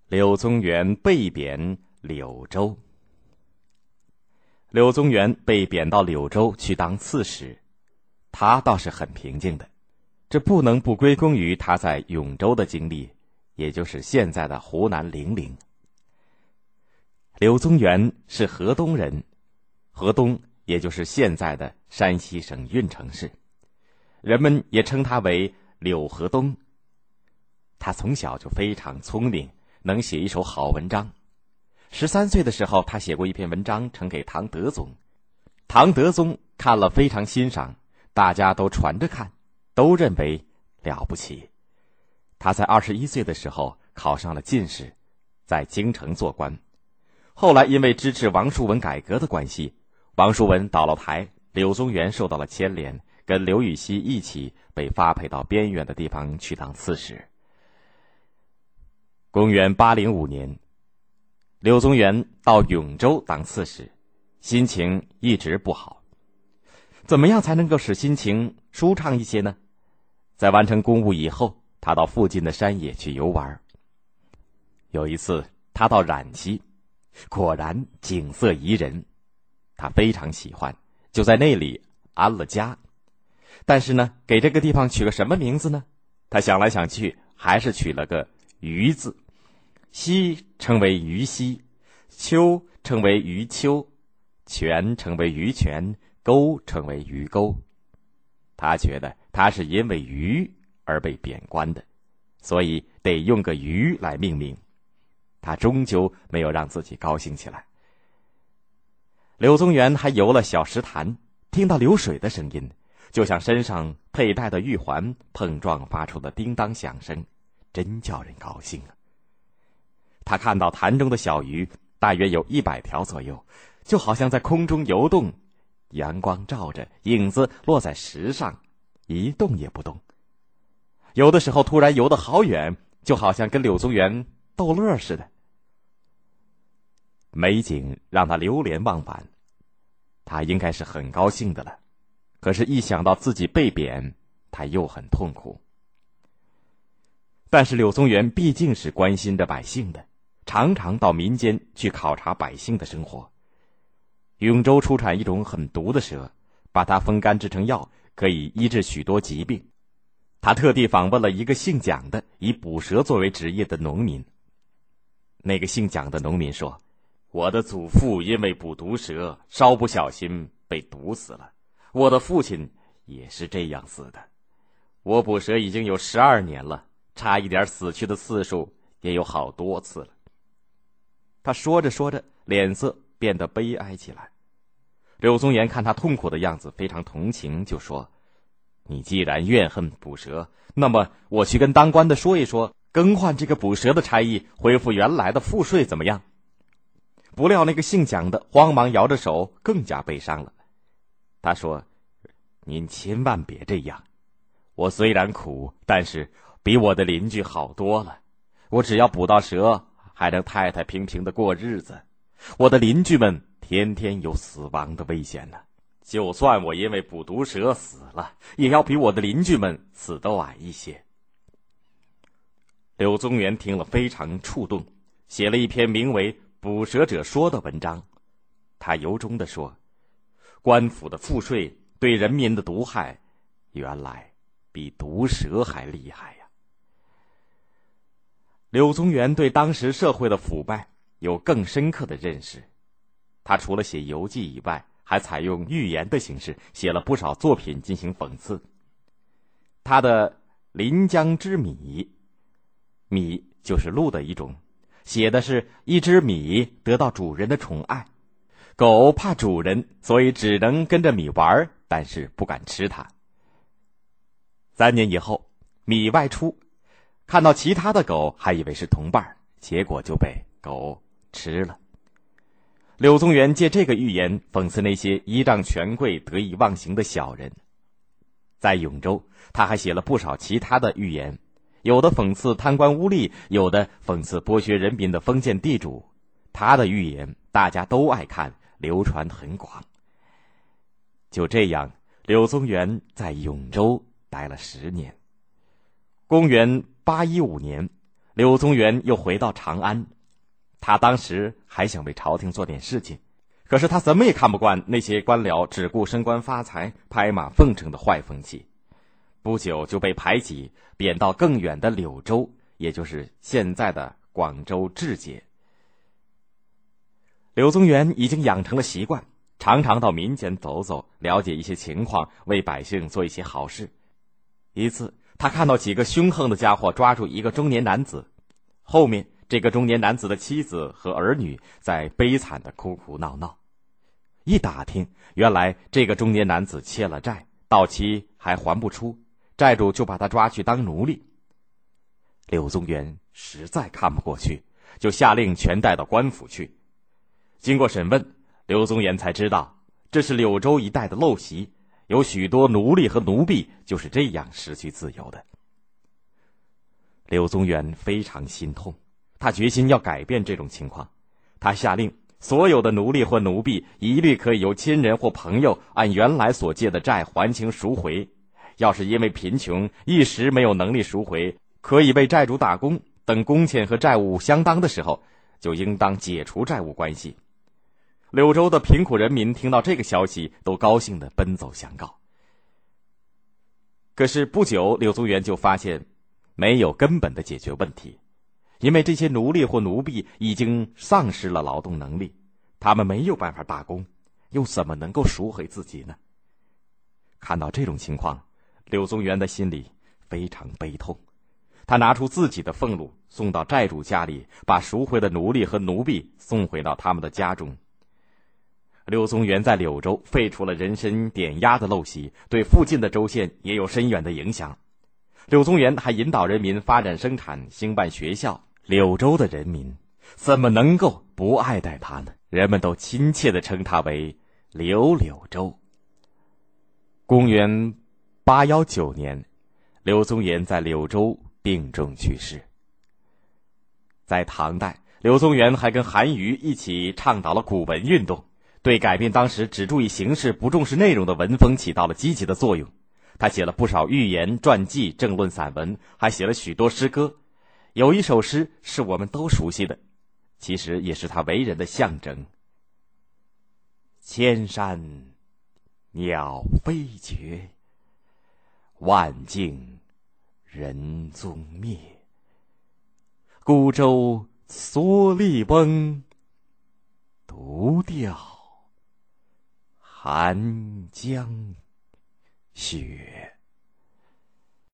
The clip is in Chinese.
柳宗元被贬柳州。柳宗元被贬到柳州去当刺史，他倒是很平静的，这不能不归功于他在永州的经历，也就是现在的湖南零陵。柳宗元是河东人，河东也就是现在的山西省运城市，人们也称他为柳河东。他从小就非常聪明，能写一手好文章。13岁的时候，他写过一篇文章呈给唐德宗，唐德宗看了非常欣赏，大家都传着看，都认为了不起。他在21岁的时候考上了进士，在京城做官。后来因为支持王叔文改革的关系，王叔文倒了台，柳宗元受到了牵连，跟刘禹锡一起被发配到边远的地方去当刺史。公元805年，柳宗元到永州当刺史，心情一直不好。怎么样才能够使心情舒畅一些呢？在完成公务以后，他到附近的山野去游玩。有一次他到冉溪，果然景色宜人，他非常喜欢，就在那里安了家。但是呢，给这个地方取个什么名字呢？他想来想去，还是取了个鱼字，溪称为鱼溪，丘称为鱼丘，泉称为鱼泉，沟称为鱼沟。他觉得他是因为鱼而被贬官的，所以得用个鱼来命名。他终究没有让自己高兴起来。柳宗元还游了小石潭，听到流水的声音，就像身上佩戴的玉环碰撞发出的叮当响声，真叫人高兴啊。他看到潭中的小鱼大约有100条左右，就好像在空中游动，阳光照着，影子落在石上，一动也不动。有的时候突然游得好远，就好像跟柳宗元逗乐似的。美景让他流连忘返，他应该是很高兴的了。可是一想到自己被贬，他又很痛苦。但是柳宗元毕竟是关心着百姓的，常常到民间去考察百姓的生活。永州出产一种很毒的蛇，把它风干制成药，可以医治许多疾病。他特地访问了一个姓蒋的以捕蛇作为职业的农民。那个姓蒋的农民说，我的祖父因为捕毒蛇，稍不小心被毒死了，我的父亲也是这样死的。我捕蛇已经有12年了，差一点死去的次数也有好多次了。他说着说着，脸色变得悲哀起来。柳宗元看他痛苦的样子，非常同情，就说，你既然怨恨捕蛇，那么我去跟当官的说一说，更换这个捕蛇的差役，恢复原来的赋税怎么样？不料那个姓蒋的慌忙摇着手，更加悲伤了。他说，您千万别这样，我虽然苦，但是比我的邻居好多了。我只要捕到蛇，还能太太平平的过日子。我的邻居们天天有死亡的危险呢。就算我因为捕毒蛇死了，也要比我的邻居们死得晚一些。柳宗元听了非常触动，写了一篇名为《捕蛇者说》的文章。他由衷地说，官府的赋税对人民的毒害，原来比毒蛇还厉害呀。柳宗元对当时社会的腐败有更深刻的认识。他除了写游记以外，还采用寓言的形式写了不少作品进行讽刺。他的《临江之米》，米就是鹿的一种，写的是一只米得到主人的宠爱，狗怕主人，所以只能跟着米玩，但是不敢吃它。3年以后，米外出，看到其他的狗，还以为是同伴，结果就被狗吃了。柳宗元借这个寓言讽刺那些依仗权贵得意忘形的小人。在永州，他还写了不少其他的寓言，有的讽刺贪官污吏，有的讽刺剥削人民的封建地主。他的寓言大家都爱看，流传很广。就这样，柳宗元在永州待了10年。公元815年， 柳宗元又回到长安。他当时还想为朝廷做点事情，可是他怎么也看不惯那些官僚只顾升官发财、拍马奉承的坏风气，不久就被排挤，贬到更远的柳州，也就是现在的广州治界。柳宗元已经养成了习惯，常常到民间走走，了解一些情况，为百姓做一些好事。一次，他看到几个凶横的家伙抓住一个中年男子，后面这个中年男子的妻子和儿女在悲惨的哭哭闹闹。一打听，原来这个中年男子欠了债，到期还还不出，债主就把他抓去当奴隶。柳宗元实在看不过去，就下令全带到官府去。经过审问，柳宗元才知道，这是柳州一带的陋习，有许多奴隶和奴婢就是这样失去自由的。柳宗元非常心痛，他决心要改变这种情况。他下令，所有的奴隶或奴婢一律可以由亲人或朋友按原来所借的债还清赎回。要是因为贫穷一时没有能力赎回，可以为债主打工，等工钱和债务相当的时候，就应当解除债务关系。柳州的贫苦人民听到这个消息，都高兴地奔走相告。可是不久，柳宗元就发现没有根本的解决问题，因为这些奴隶或奴婢已经丧失了劳动能力，他们没有办法打工，又怎么能够赎回自己呢？看到这种情况，柳宗元的心里非常悲痛。他拿出自己的俸禄送到债主家里，把赎回的奴隶和奴婢送回到他们的家中。柳宗元在柳州废除了人身点押的陋习，对附近的州县也有深远的影响。柳宗元还引导人民发展生产，兴办学校。柳州的人民怎么能够不爱戴他呢？人们都亲切地称他为柳柳州。公元819年，柳宗元在柳州病重去世。在唐代，柳宗元还跟韩愈一起倡导了古文运动，对改变当时只注意形式不重视内容的文风起到了积极的作用。他写了不少寓言、传记、政论散文，还写了许多诗歌。有一首诗是我们都熟悉的，其实也是他为人的象征：千山鸟飞绝，万径人踪灭。孤舟蓑笠翁，独钓寒江雪。